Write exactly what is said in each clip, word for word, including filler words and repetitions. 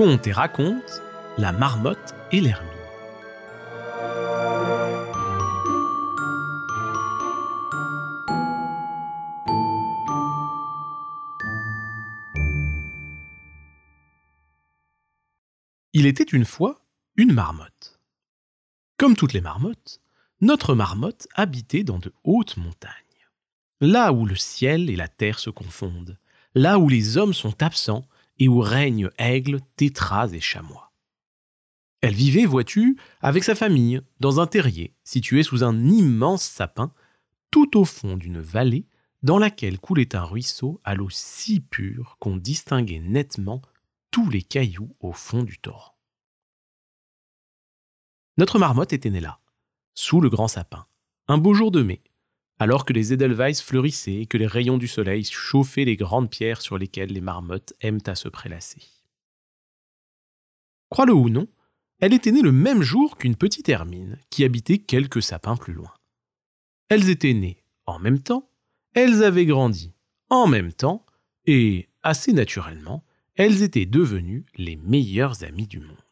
Conte et raconte la marmotte et l'hermine. Il était une fois une marmotte. Comme toutes les marmottes, notre marmotte habitait dans de hautes montagnes. Là où le ciel et la terre se confondent, là où les hommes sont absents et où règnent aigles, tétras et chamois. Elle vivait, vois-tu, avec sa famille, dans un terrier situé sous un immense sapin, tout au fond d'une vallée dans laquelle coulait un ruisseau à l'eau si pure qu'on distinguait nettement tous les cailloux au fond du torrent. Notre marmotte était née là, sous le grand sapin, un beau jour de mai, alors que les edelweiss fleurissaient et que les rayons du soleil chauffaient les grandes pierres sur lesquelles les marmottes aiment à se prélasser. Crois-le ou non, elle était née le même jour qu'une petite hermine qui habitait quelques sapins plus loin. Elles étaient nées en même temps, elles avaient grandi en même temps et, assez naturellement, elles étaient devenues les meilleures amies du monde.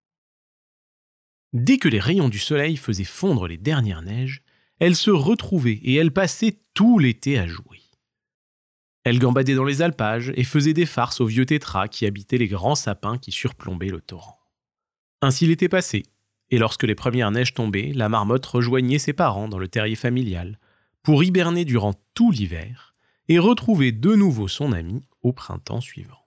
Dès que les rayons du soleil faisaient fondre les dernières neiges, elles se retrouvaient et elles passaient tout l'été à jouer. Elles gambadaient dans les alpages et faisaient des farces aux vieux tétras qui habitaient les grands sapins qui surplombaient le torrent. Ainsi l'été passait, et lorsque les premières neiges tombaient, la marmotte rejoignait ses parents dans le terrier familial pour hiberner durant tout l'hiver et retrouver de nouveau son ami au printemps suivant.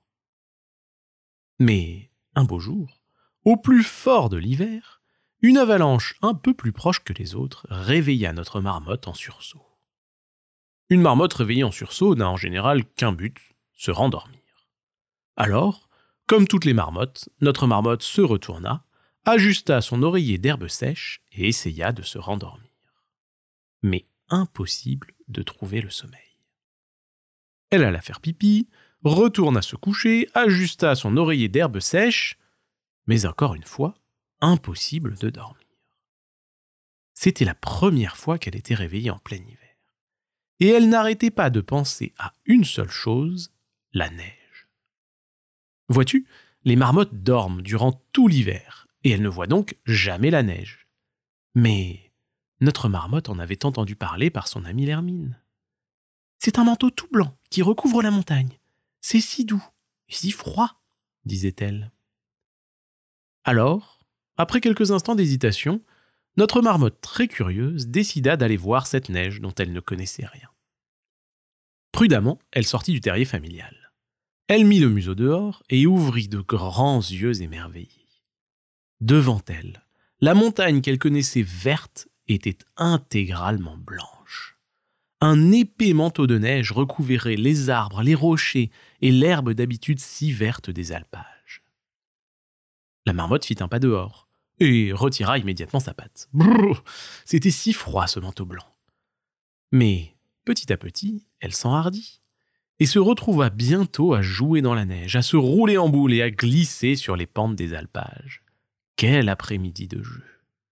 Mais, un beau jour, au plus fort de l'hiver, une avalanche un peu plus proche que les autres réveilla notre marmotte en sursaut. Une marmotte réveillée en sursaut n'a en général qu'un but, se rendormir. Alors, comme toutes les marmottes, notre marmotte se retourna, ajusta son oreiller d'herbe sèche et essaya de se rendormir. Mais impossible de trouver le sommeil. Elle alla faire pipi, retourna se coucher, ajusta son oreiller d'herbe sèche, mais encore une fois, impossible de dormir. C'était la première fois qu'elle était réveillée en plein hiver. Et elle n'arrêtait pas de penser à une seule chose, la neige. Vois-tu, les marmottes dorment durant tout l'hiver, et elles ne voient donc jamais la neige. Mais notre marmotte en avait entendu parler par son amie l'hermine. « C'est un manteau tout blanc qui recouvre la montagne. C'est si doux et si froid, » disait-elle. Alors, après quelques instants d'hésitation, notre marmotte très curieuse décida d'aller voir cette neige dont elle ne connaissait rien. Prudemment, elle sortit du terrier familial. Elle mit le museau dehors et ouvrit de grands yeux émerveillés. Devant elle, la montagne qu'elle connaissait verte était intégralement blanche. Un épais manteau de neige recouvrait les arbres, les rochers et l'herbe d'habitude si verte des alpages. La marmotte fit un pas dehors et retira immédiatement sa patte. Brrr, c'était si froid ce manteau blanc. Mais petit à petit, elle s'enhardit et se retrouva bientôt à jouer dans la neige, à se rouler en boule et à glisser sur les pentes des alpages. Quel après-midi de jeu!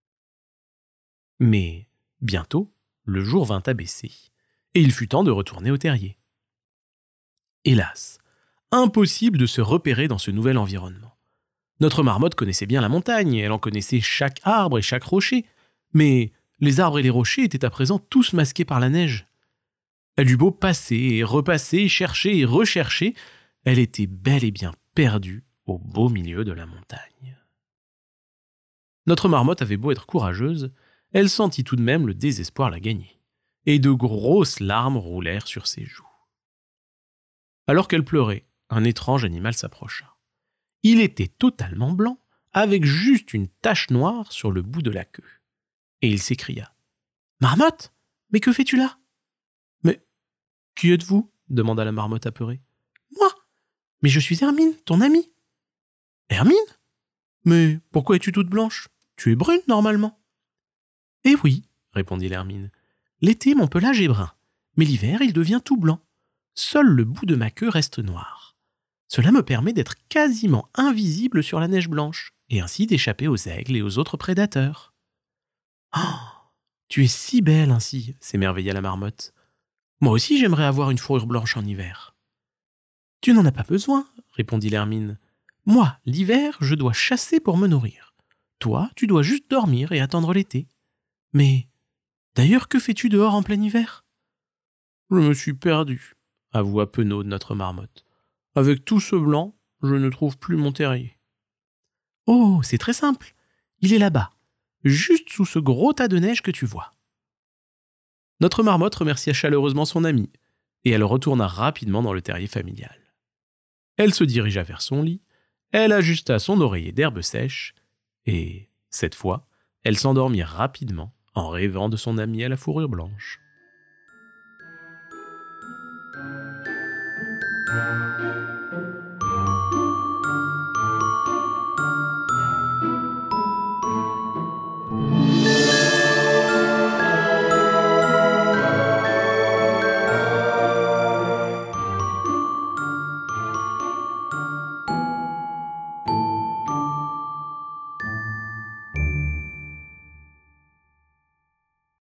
Mais bientôt, le jour vint à baisser et il fut temps de retourner au terrier. Hélas, impossible de se repérer dans ce nouvel environnement. Notre marmotte connaissait bien la montagne, elle en connaissait chaque arbre et chaque rocher, mais les arbres et les rochers étaient à présent tous masqués par la neige. Elle eut beau passer et repasser, chercher et rechercher, elle était bel et bien perdue au beau milieu de la montagne. Notre marmotte avait beau être courageuse, elle sentit tout de même le désespoir la gagner, et de grosses larmes roulèrent sur ses joues. Alors qu'elle pleurait, un étrange animal s'approcha. Il était totalement blanc, avec juste une tache noire sur le bout de la queue. Et il s'écria « Marmotte, mais que fais-tu là ?»« Mais qui êtes-vous » demanda la marmotte apeurée. « Moi, mais je suis Hermine, ton amie. »« Hermine ? Mais pourquoi es-tu toute blanche ? Tu es brune normalement. »« Eh oui, » répondit l'hermine. « L'été, mon pelage est brun, mais l'hiver, il devient tout blanc. Seul le bout de ma queue reste noir. Cela me permet d'être quasiment invisible sur la neige blanche et ainsi d'échapper aux aigles et aux autres prédateurs. »« Oh, tu es si belle ainsi !» s'émerveilla la marmotte. « Moi aussi, j'aimerais avoir une fourrure blanche en hiver. »« Tu n'en as pas besoin, » répondit l'hermine. « Moi, l'hiver, je dois chasser pour me nourrir. Toi, tu dois juste dormir et attendre l'été. Mais d'ailleurs, que fais-tu dehors en plein hiver ? Je me suis perdu, avoua Penaud de notre marmotte. Avec tout ce blanc, je ne trouve plus mon terrier. Oh, c'est très simple. Il est là-bas, juste sous ce gros tas de neige que tu vois. Notre marmotte remercia chaleureusement son amie, et elle retourna rapidement dans le terrier familial. Elle se dirigea vers son lit, elle ajusta son oreiller d'herbe sèche, et, cette fois, elle s'endormit rapidement en rêvant de son amie à la fourrure blanche.